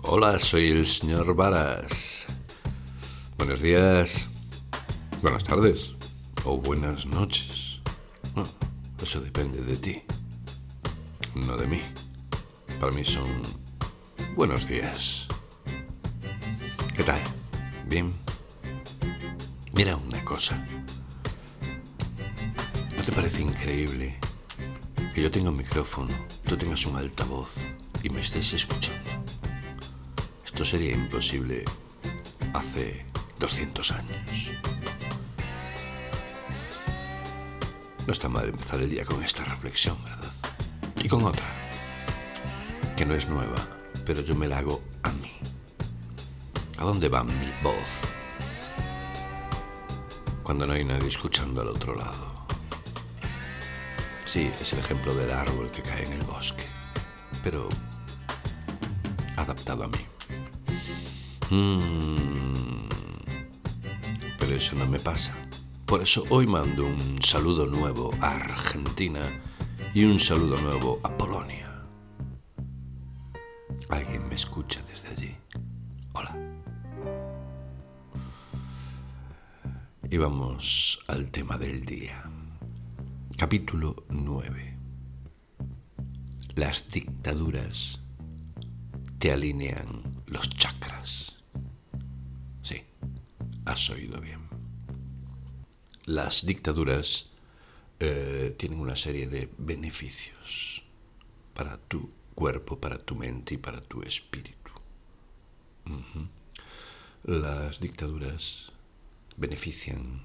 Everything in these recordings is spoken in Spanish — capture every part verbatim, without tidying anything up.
Hola, soy el señor Varas. Buenos días, buenas tardes o buenas noches. No, eso depende de ti, no de mí. Para mí son buenos días. ¿Qué tal? ¿Bien? Mira una cosa. ¿No te parece increíble que yo tenga un micrófono, tú tengas un altavoz y me estés escuchando? Esto sería imposible hace doscientos años. No está mal empezar el día con esta reflexión, ¿verdad? Y con otra, que no es nueva, pero yo me la hago a mí. ¿A dónde va mi voz cuando no hay nadie escuchando al otro lado? Sí, es el ejemplo del árbol que cae en el bosque, pero adaptado a mí. Mm, pero eso no me pasa. Por eso hoy mando un saludo nuevo a Argentina y un saludo nuevo a Polonia. ¿Alguien me escucha desde allí? Hola. Y vamos al tema del día. Capítulo nueve. Las dictaduras te alinean los chakras. Sí, has oído bien. Las dictaduras eh, tienen una serie de beneficios para tu cuerpo, para tu mente y para tu espíritu. Uh-huh. Las dictaduras benefician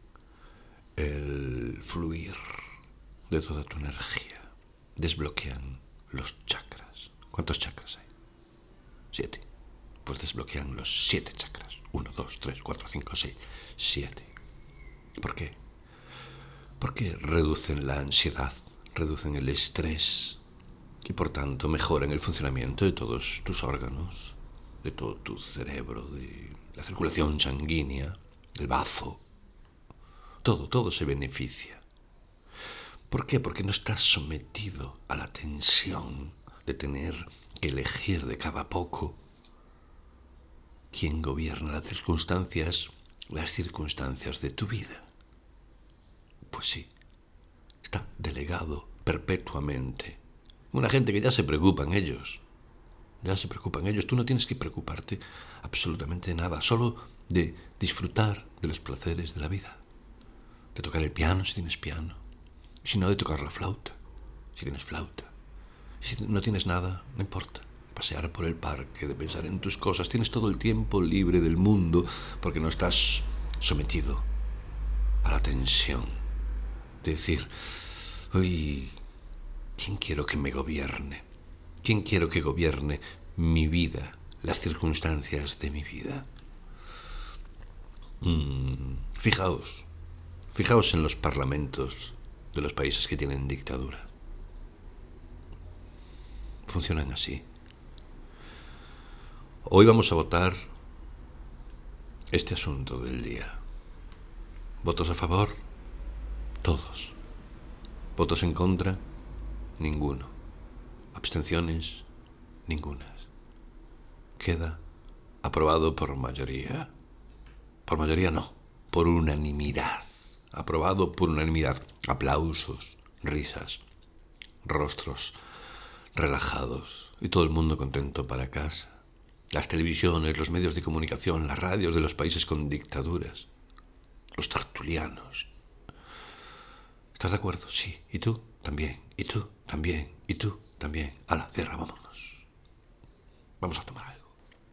el fluir de toda tu energía, desbloquean los chakras. ¿Cuántos chakras hay? Siete. Pues desbloquean los siete chakras. Uno, dos, tres, cuatro, cinco, seis, siete. ¿Por qué? Porque reducen la ansiedad, reducen el estrés y por tanto mejoran el funcionamiento de todos tus órganos, de todo tu cerebro, de la circulación sanguínea, el bazo. Todo, todo se beneficia. ¿Por qué? Porque no estás sometido a la tensión de tener que elegir de cada poco quién gobierna las circunstancias, las circunstancias de tu vida. Pues sí, está delegado perpetuamente. Una gente que ya se preocupan ellos. Ya se preocupan ellos. Tú no tienes que preocuparte absolutamente de nada, solo de disfrutar de los placeres de la vida. De tocar el piano si tienes piano. Si no, de tocar la flauta si tienes flauta. Si no tienes nada, no importa. Pasear por el parque, de pensar en tus cosas. Tienes todo el tiempo libre del mundo porque no estás sometido a la tensión de decir, uy, ¿quién quiero que me gobierne? ¿Quién quiero que gobierne mi vida, las circunstancias de mi vida? Mm, fijaos, fijaos en los parlamentos de los países que tienen dictadura. Funcionan así. Hoy vamos a votar este asunto del día. ¿Votos a favor? Todos. ¿Votos en contra? Ninguno. ¿Abstenciones? Ningunas. Queda aprobado por mayoría. Por mayoría no, por unanimidad. Aprobado por unanimidad. Aplausos, risas, rostros relajados y todo el mundo contento para casa. Las televisiones, los medios de comunicación, las radios de los países con dictaduras, los tertulianos. ¿Estás de acuerdo? Sí. ¿Y tú? También. ¿Y tú? También. ¿Y tú? También. Hala, cierra, vámonos. Vamos a tomar algo.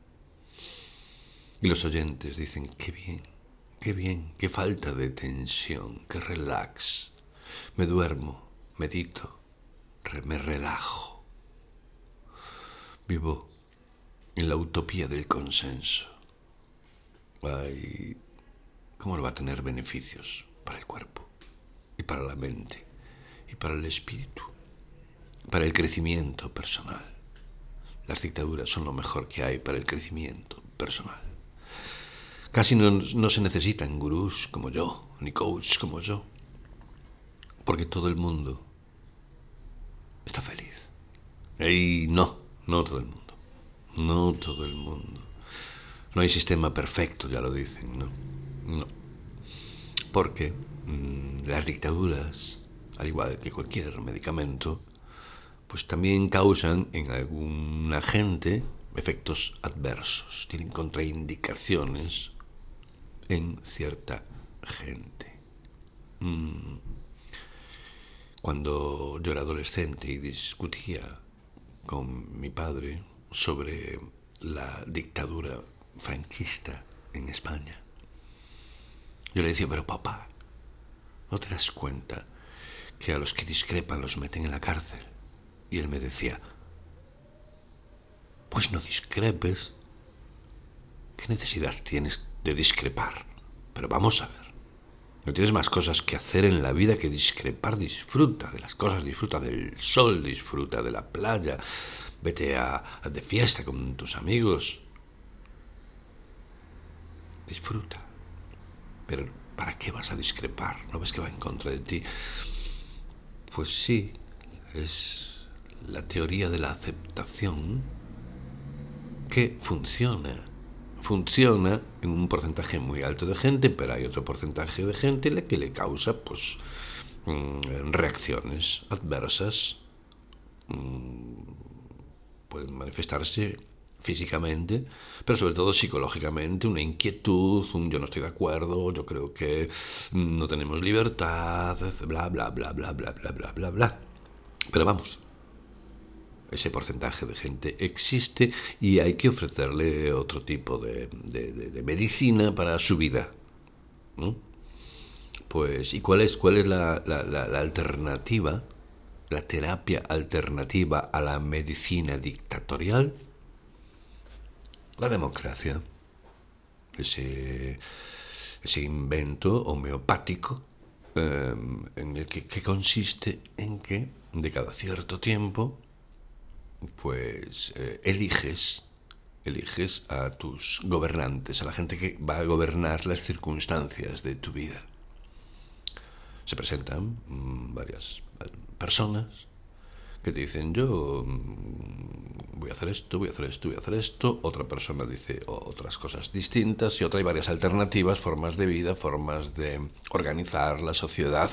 Y los oyentes dicen, qué bien, qué bien, qué falta de tensión, qué relax. Me duermo, medito, re- me relajo. Vivo en la utopía del consenso. Ay, ¿cómo no va a tener beneficios para el cuerpo? Y para la mente, y para el espíritu, para el crecimiento personal. Las dictaduras son lo mejor que hay para el crecimiento personal. Casi no, no se necesitan gurús como yo, ni coaches como yo, porque todo el mundo está feliz. Y no, no todo el mundo. No todo el mundo. No hay sistema perfecto, ya lo dicen, ¿no? No. Porque mmm, las dictaduras, al igual que cualquier medicamento, pues también causan en alguna gente efectos adversos. Tienen contraindicaciones en cierta gente. Mm. Cuando yo era adolescente y discutía con mi padre sobre la dictadura franquista en España, yo le decía, pero papá, ¿no te das cuenta que a los que discrepan los meten en la cárcel? Y él me decía, pues no discrepes. ¿Qué necesidad tienes de discrepar? Pero vamos a ver. No tienes más cosas que hacer en la vida que discrepar. Disfruta de las cosas, disfruta del sol, disfruta de la playa. Vete a, a de fiesta con tus amigos. Disfruta. Pero ¿para qué vas a discrepar? ¿No ves que va en contra de ti? Pues sí, es la teoría de la aceptación que funciona. Funciona en un porcentaje muy alto de gente, pero hay otro porcentaje de gente que le causa pues reacciones adversas. Pueden manifestarse físicamente, pero sobre todo psicológicamente, una inquietud, un yo no estoy de acuerdo, yo creo que no tenemos libertad, bla, bla, bla, bla, bla, bla, bla, bla, bla. Pero vamos, ese porcentaje de gente existe y hay que ofrecerle otro tipo de, de, de, de medicina para su vida, ¿no? Pues, ¿y cuál es, cuál es la, la, la, la alternativa, la terapia alternativa a la medicina dictatorial? La democracia. Ese, ese invento homeopático eh, en el que, que consiste en que de cada cierto tiempo pues eh, eliges, eliges a tus gobernantes, a la gente que va a gobernar las circunstancias de tu vida. Se presentan mmm, varias personas que te dicen, yo mmm, voy a hacer esto, voy a hacer esto, voy a hacer esto. Otra persona dice otras cosas distintas y otra hay varias alternativas, formas de vida, formas de organizar la sociedad.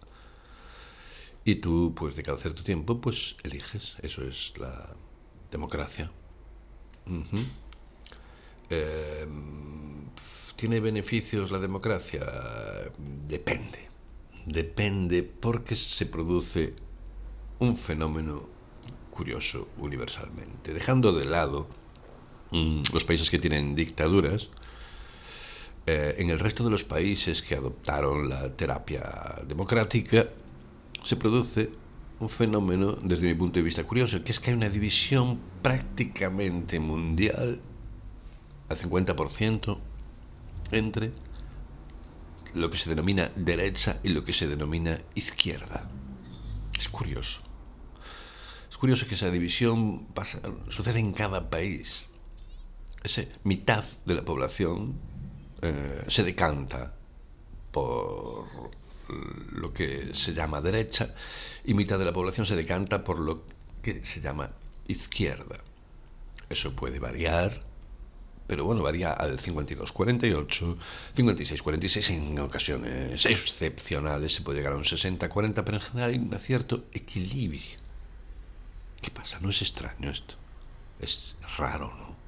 Y tú, pues de cada cierto tiempo, pues eliges. Eso es la democracia. Uh-huh. Eh, ¿Tiene beneficios la democracia? Depende. Depende porque se produce un fenómeno curioso universalmente. Dejando de lado mmm, los países que tienen dictaduras, eh, en el resto de los países que adoptaron la terapia democrática, se produce un fenómeno, desde mi punto de vista, curioso, que es que hay una división prácticamente mundial, al cincuenta por ciento, entre lo que se denomina derecha y lo que se denomina izquierda. Es curioso. Es curioso que esa división pasa, sucede en cada país. Ese mitad de la población eh, se decanta por lo que se llama derecha y mitad de la población se decanta por lo que se llama izquierda. Eso puede variar, pero bueno, varía al cincuenta y dos cuarenta y ocho, cincuenta y seis cuarenta y seis, en ocasiones excepcionales se puede llegar a un sesenta cuarenta, pero en general hay un cierto equilibrio. ¿Qué pasa? ¿No es extraño esto? Es raro, ¿no?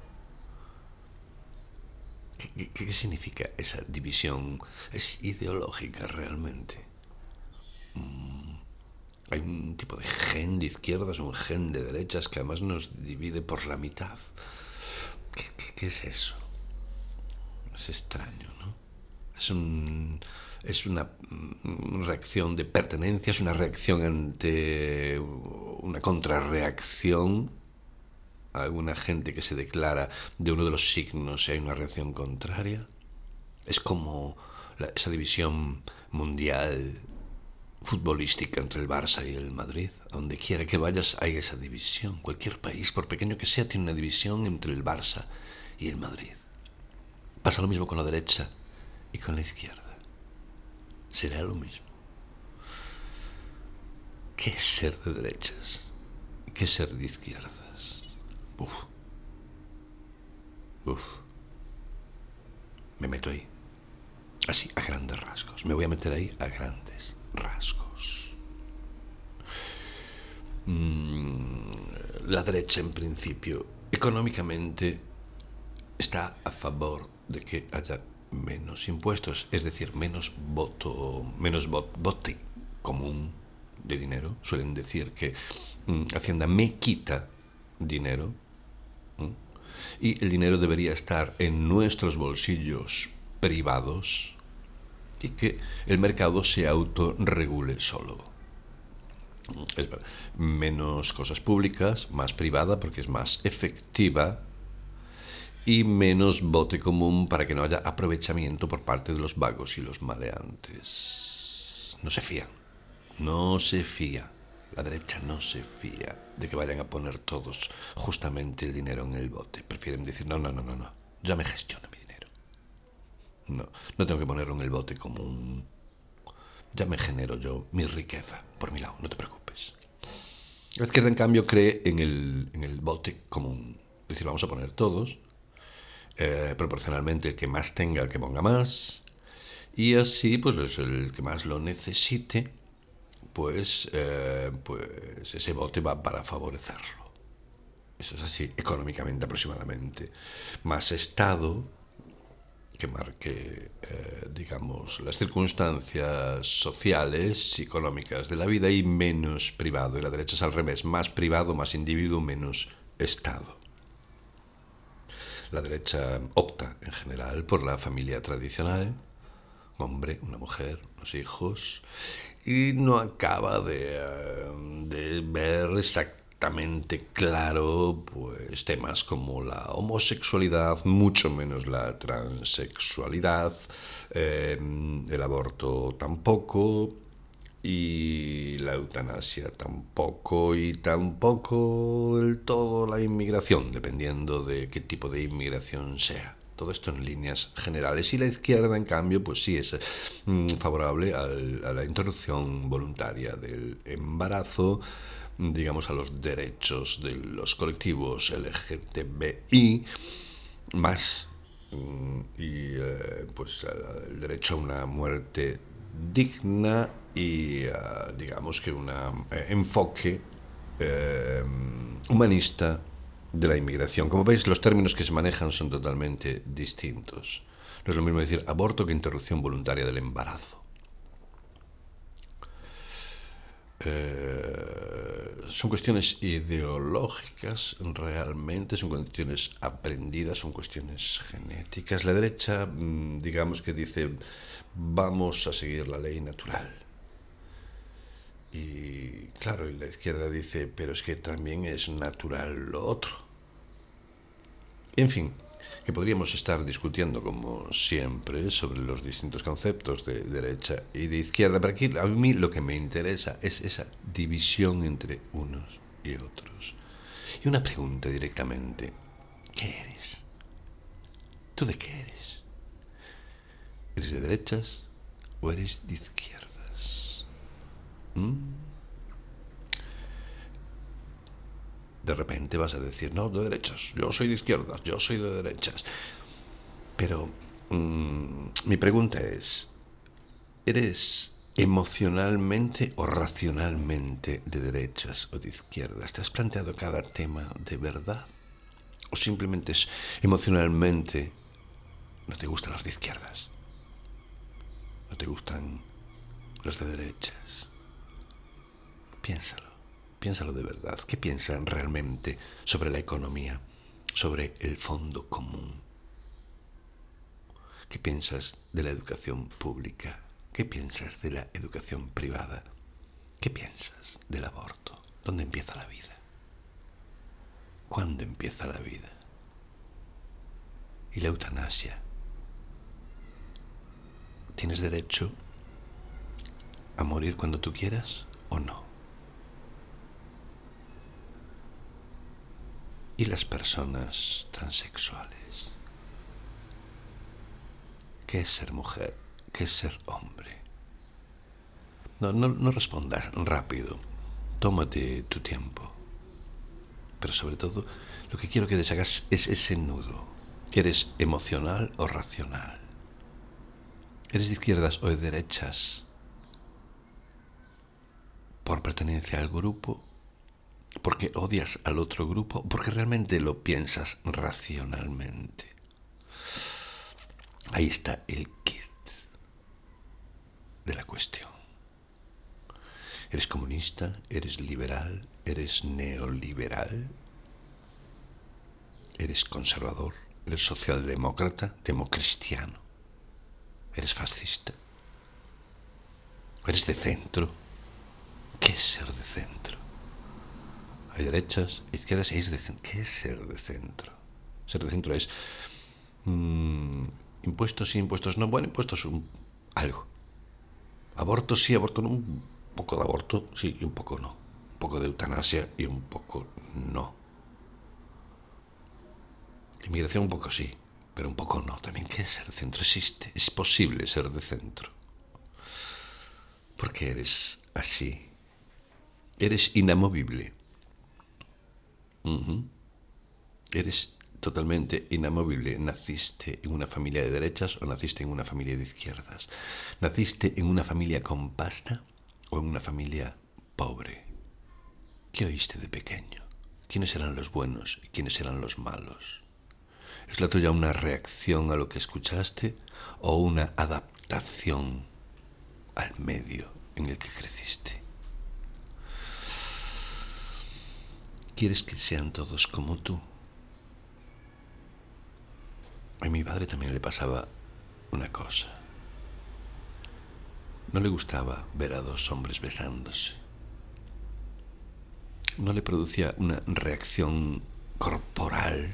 ¿Qué, qué, qué significa esa división? Es ideológica realmente. Mm. Hay un tipo de gen de izquierdas, un gen de derechas que además nos divide por la mitad. ¿Qué, qué, qué es eso? Es extraño, ¿no? Es, un, es una, una reacción de pertenencia, es una reacción ante una contrarreacción. Alguna gente que se declara de uno de los signos y hay una reacción contraria. Es como la, esa división mundial futbolística entre el Barça y el Madrid. A donde quiera que vayas hay esa división. Cualquier país, por pequeño que sea, tiene una división entre el Barça y el Madrid. Pasa lo mismo con la derecha y con la izquierda. Será lo mismo. ¿Qué es ser de derechas? ¿Qué es ser de izquierdas? Uf. Uf, me meto ahí. Así, a grandes rasgos. Me voy a meter ahí a grandes rasgos. Mm, la derecha, en principio, económicamente, está a favor de que haya menos impuestos, es decir, menos voto, menos bote común de dinero. Suelen decir que mm, Hacienda me quita dinero, ¿Mm? y el dinero debería estar en nuestros bolsillos privados y que el mercado se autorregule solo. Es menos cosas públicas, más privada porque es más efectiva, y menos bote común para que no haya aprovechamiento por parte de los vagos y los maleantes. No se fían, no se fía. La derecha no se fía de que vayan a poner todos justamente el dinero en el bote. Prefieren decir, no, no, no, no, no, ya me gestiono mi dinero. No, no tengo que ponerlo en el bote común. Ya me genero yo mi riqueza por mi lado, no te preocupes. La izquierda, en cambio, cree en el, en el bote común. Es decir, vamos a poner todos, eh, proporcionalmente el que más tenga, el que ponga más, y así, pues el que más lo necesite, pues, eh, pues ese bote va para favorecerlo. Eso es así, económicamente aproximadamente. Más Estado, que marque, eh, digamos, las circunstancias sociales y económicas de la vida, y menos privado. Y la derecha es al revés, más privado, más individuo, menos Estado. La derecha opta, en general, por la familia tradicional, hombre, una mujer, unos hijos, y no acaba de, de ver exactamente claro, pues, temas como la homosexualidad, mucho menos la transexualidad, eh, el aborto tampoco, y la eutanasia tampoco, y tampoco del todo la inmigración, dependiendo de qué tipo de inmigración sea. Todo esto en líneas generales. Y la izquierda, en cambio, pues sí es mm, favorable al, a la interrupción voluntaria del embarazo, digamos, a los derechos de los colectivos L G T B I, más mm, y eh, pues el derecho a una muerte digna, y uh, digamos que un eh, enfoque eh, humanista de la inmigración. Como veis, los términos que se manejan son totalmente distintos. No es lo mismo decir aborto que interrupción voluntaria del embarazo. Eh, son cuestiones ideológicas realmente, son cuestiones aprendidas, son cuestiones genéticas. La derecha, digamos que dice, vamos a seguir la ley natural. Y claro, y la izquierda dice, pero es que también es natural lo otro. En fin, que podríamos estar discutiendo, como siempre, sobre los distintos conceptos de derecha y de izquierda, pero aquí a mí lo que me interesa es esa división entre unos y otros. Y una pregunta directamente, ¿qué eres? ¿Tú de qué eres? ¿Eres de derechas o eres de izquierdas? ¿Mm? De repente vas a decir, no, de derechas, yo soy de izquierdas, yo soy de derechas. Pero mmm, mi pregunta es, ¿eres emocionalmente o racionalmente de derechas o de izquierdas? ¿Te has planteado cada tema de verdad? ¿O simplemente es emocionalmente no te gustan los de izquierdas? ¿No te gustan los de derechas? Piénsalo. Piénsalo de verdad. ¿Qué piensan realmente sobre la economía, sobre el fondo común? ¿Qué piensas de la educación pública? ¿Qué piensas de la educación privada? ¿Qué piensas del aborto? ¿Dónde empieza la vida? ¿Cuándo empieza la vida? ¿Y la eutanasia? ¿Tienes derecho a morir cuando tú quieras o no? ¿Y las personas transexuales? ¿Qué es ser mujer? ¿Qué es ser hombre? No, no, no respondas rápido. Tómate tu tiempo. Pero sobre todo, lo que quiero que deshagas es ese nudo. ¿Eres emocional o racional? ¿Eres de izquierdas o de derechas por pertenencia al grupo? ¿Porque odias al otro grupo? ¿Porque realmente lo piensas racionalmente? Ahí está el kit de la cuestión. ¿Eres comunista? ¿Eres liberal? ¿Eres neoliberal? ¿Eres conservador? ¿Eres socialdemócrata? ¿Democristiano? ¿Eres fascista? ¿Eres de centro? ¿Qué es ser de centro? Hay derechas, izquierdas y es de centro. ¿Qué es ser de centro? Ser de centro es mmm, impuestos sí, impuestos no. Bueno, impuestos un, algo. Aborto sí, aborto no. Un poco de aborto sí y un poco no. Un poco de eutanasia y un poco no. Inmigración un poco sí, pero un poco no. También, ¿qué es ser de centro? Existe, es posible ser de centro. ¿Por qué eres así? Eres inamovible. Uh-huh. Eres totalmente inamovible. ¿Naciste en una familia de derechas o naciste en una familia de izquierdas? ¿Naciste en una familia con pasta o en una familia pobre? ¿Qué oíste de pequeño? ¿Quiénes eran los buenos y quiénes eran los malos? ¿Es la tuya una reacción a lo que escuchaste o una adaptación al medio en el que creciste? ¿Quieres que sean todos como tú? A mi padre también le pasaba una cosa. No le gustaba ver a dos hombres besándose. No le producía una reacción corporal,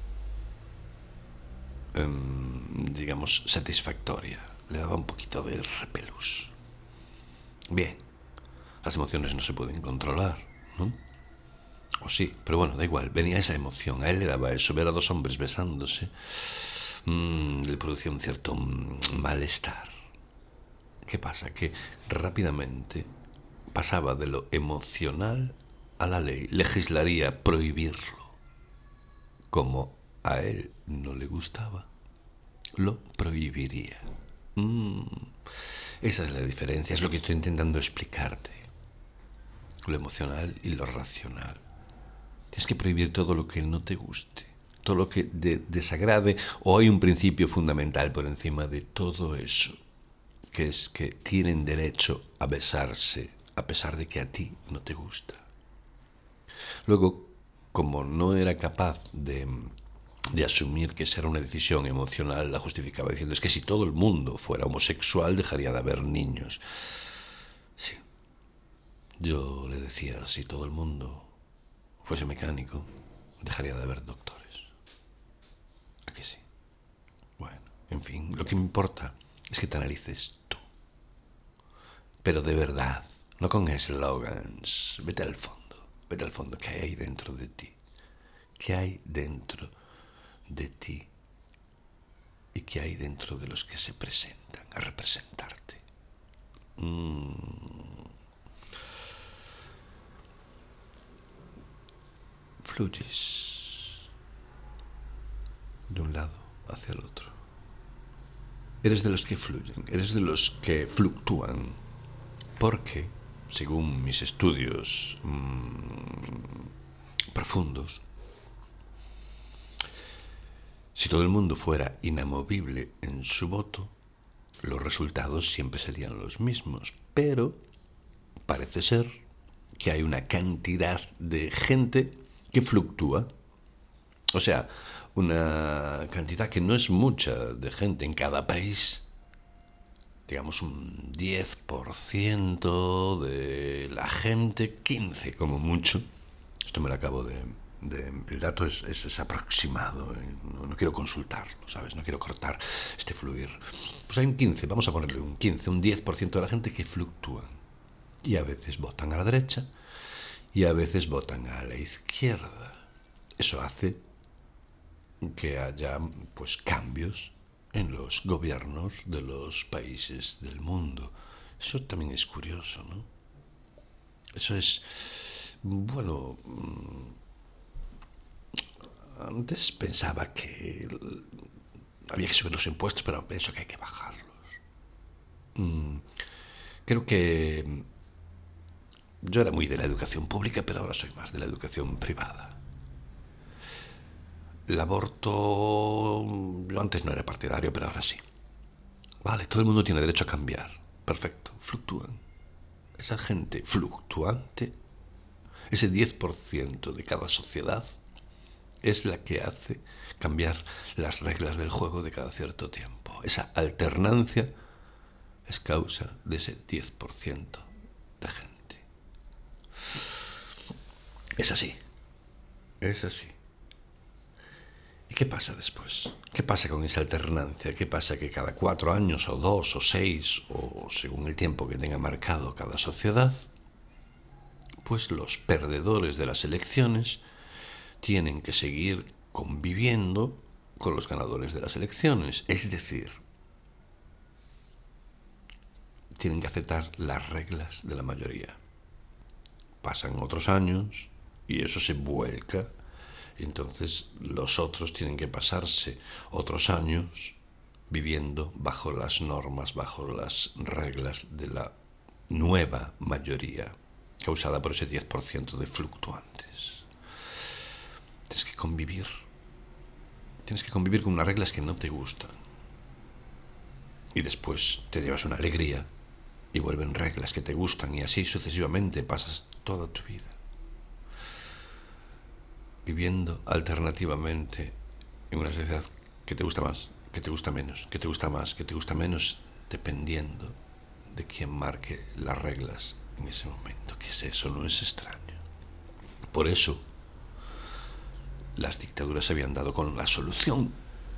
eh, digamos, satisfactoria. Le daba un poquito de repelús. Bien, las emociones no se pueden controlar, ¿no? O sí, pero bueno, da igual, venía esa emoción. A él le daba eso, ver a dos hombres besándose. Mmm, le producía un cierto malestar. ¿Qué pasa? Que rápidamente pasaba de lo emocional a la ley. Legislaría prohibirlo. Como a él no le gustaba, lo prohibiría. Mm, esa es la diferencia, es lo que estoy intentando explicarte. Lo emocional y lo racional. Tienes que prohibir todo lo que no te guste, todo lo que te desagrade, o hay un principio fundamental por encima de todo eso, que es que tienen derecho a besarse a pesar de que a ti no te gusta. Luego, como no era capaz de, de asumir que esa era una decisión emocional, la justificaba diciendo, es que si todo el mundo fuera homosexual dejaría de haber niños. Sí. Yo le decía, si todo el mundo fuese mecánico, dejaría de haber doctores. ¿A que sí? Bueno, en fin, lo que me importa es que te analices tú. Pero de verdad, no con eslogans. Vete al fondo, vete al fondo. ¿Qué hay ahí dentro de ti? ¿Qué hay dentro de ti? ¿Y qué hay dentro de los que se presentan a representarte? Mm. Fluyes de un lado hacia el otro. Eres de los que fluyen, eres de los que fluctúan, porque, según mis estudios mmm, profundos, si todo el mundo fuera inamovible en su voto, los resultados siempre serían los mismos, pero parece ser que hay una cantidad de gente que fluctúa. O sea, una cantidad que no es mucha de gente en cada país, digamos un diez por ciento de la gente, quince como mucho. Esto me lo acabo de... de el dato es, es, es aproximado, ¿eh? no, no quiero consultarlo, ¿sabes? No quiero cortar este fluir. Pues hay un quince, vamos a ponerle un quince, un diez por ciento de la gente que fluctúa. Y a veces votan a la derecha y a veces votan a la izquierda. Eso hace que haya pues cambios en los gobiernos de los países del mundo. Eso también es curioso, ¿no? Eso es, bueno, Antes pensaba que había que subir los impuestos, pero pienso que hay que bajarlos. Mm, creo que yo era muy de la educación pública, pero ahora soy más de la educación privada. El aborto, yo antes no era partidario, pero ahora sí. Vale, todo el mundo tiene derecho a cambiar. Perfecto, fluctúan. Esa gente fluctuante, ese diez por ciento de cada sociedad, es la que hace cambiar las reglas del juego de cada cierto tiempo. Esa alternancia es causa de ese diez por ciento de gente. Es así. Es así. ¿Y qué pasa después? ¿Qué pasa con esa alternancia? ¿Qué pasa que cada cuatro años, o dos, o seis, o según el tiempo que tenga marcado cada sociedad, pues los perdedores de las elecciones tienen que seguir conviviendo con los ganadores de las elecciones? Es decir, tienen que aceptar las reglas de la mayoría. Pasan otros años y eso se vuelca. Entonces los otros tienen que pasarse otros años viviendo bajo las normas, bajo las reglas de la nueva mayoría, causada por ese diez por ciento de fluctuantes. Tienes que convivir. Tienes que convivir con unas reglas que no te gustan. Y después te llevas una alegría y vuelven reglas que te gustan, y así sucesivamente pasas toda tu vida viviendo alternativamente en una sociedad que te gusta más, que te gusta menos, que te gusta más, que te gusta menos, dependiendo de quién marque las reglas en ese momento. ¿Qué es eso? No es extraño. Por eso las dictaduras se habían dado con la solución,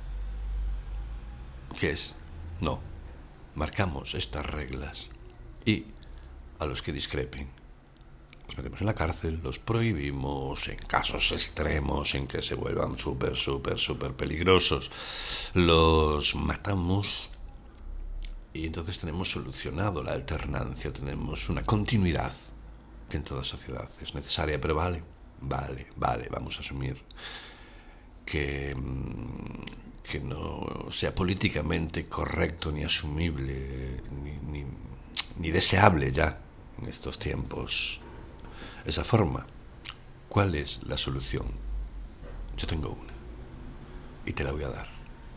que es: no, marcamos estas reglas y a los que discrepen los metemos en la cárcel, los prohibimos en casos extremos en que se vuelvan súper, súper, súper peligrosos, los matamos, y entonces tenemos solucionado la alternancia, tenemos una continuidad que en toda sociedad es necesaria. Pero vale, vale, vale, vamos a asumir que, que no sea políticamente correcto, ni asumible, ni, ni, ni deseable ya en estos tiempos esa forma. ¿Cuál es la solución? Yo tengo una y te la voy a dar.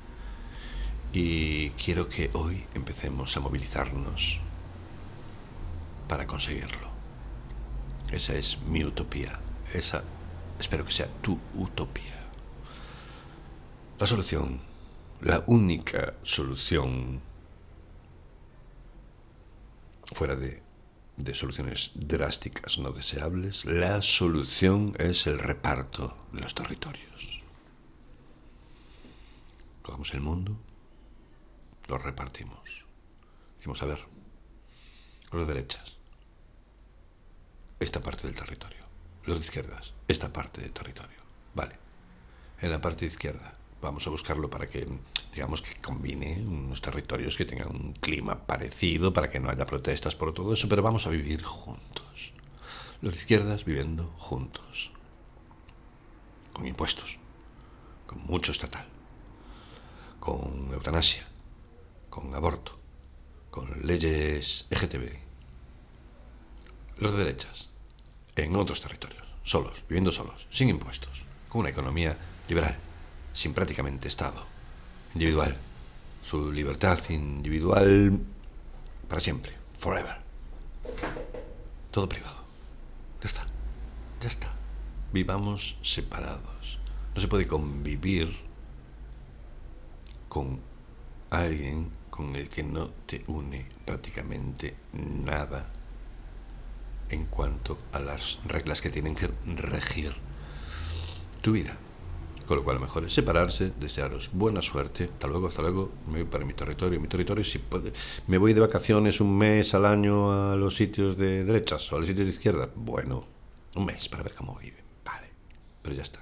Y quiero que hoy empecemos a movilizarnos para conseguirlo. Esa es mi utopía. Esa espero que sea tu utopía. La solución, la única solución, fuera de de soluciones drásticas no deseables, la solución es el reparto de los territorios. Cogemos el mundo, lo repartimos. Decimos: a ver, los de derechas, esta parte del territorio. Los de izquierdas, esta parte del territorio. Vale. En la parte de izquierda vamos a buscarlo para que, digamos, que combine unos territorios que tengan un clima parecido, para que no haya protestas por todo eso, pero vamos a vivir juntos. Los de izquierdas viviendo juntos. Con impuestos, con mucho estatal, con eutanasia, con aborto, con leyes L G T B. Los de derechas, en otros territorios, solos, viviendo solos, sin impuestos, con una economía liberal, sin prácticamente Estado, individual, su libertad individual para siempre, forever. Todo privado. Ya está, ya está. Vivamos separados. No se puede convivir con alguien con el que no te une prácticamente nada en cuanto a las reglas que tienen que regir tu vida. Con lo cual, lo mejor es separarse, desearos buena suerte. Hasta luego, hasta luego. Me voy para mi territorio. Mi territorio, si puede, me voy de vacaciones un mes al año a los sitios de derechas o a los sitios de izquierda. Bueno, un mes para ver cómo viven. Vale, pero ya está.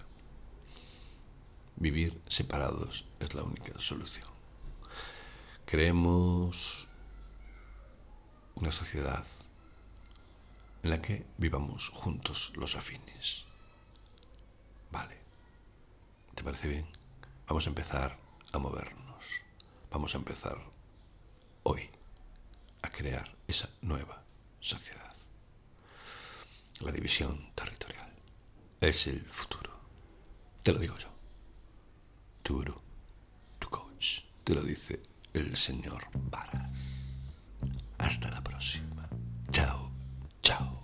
Vivir separados es la única solución. Creemos una sociedad en la que vivamos juntos los afines. Vale. ¿Te parece bien? Vamos a empezar a movernos. Vamos a empezar hoy a crear esa nueva sociedad. La división territorial es el futuro. Te lo digo yo. Tu gurú, tu coach, te lo dice el señor Varas. Hasta la próxima. Chao, chao.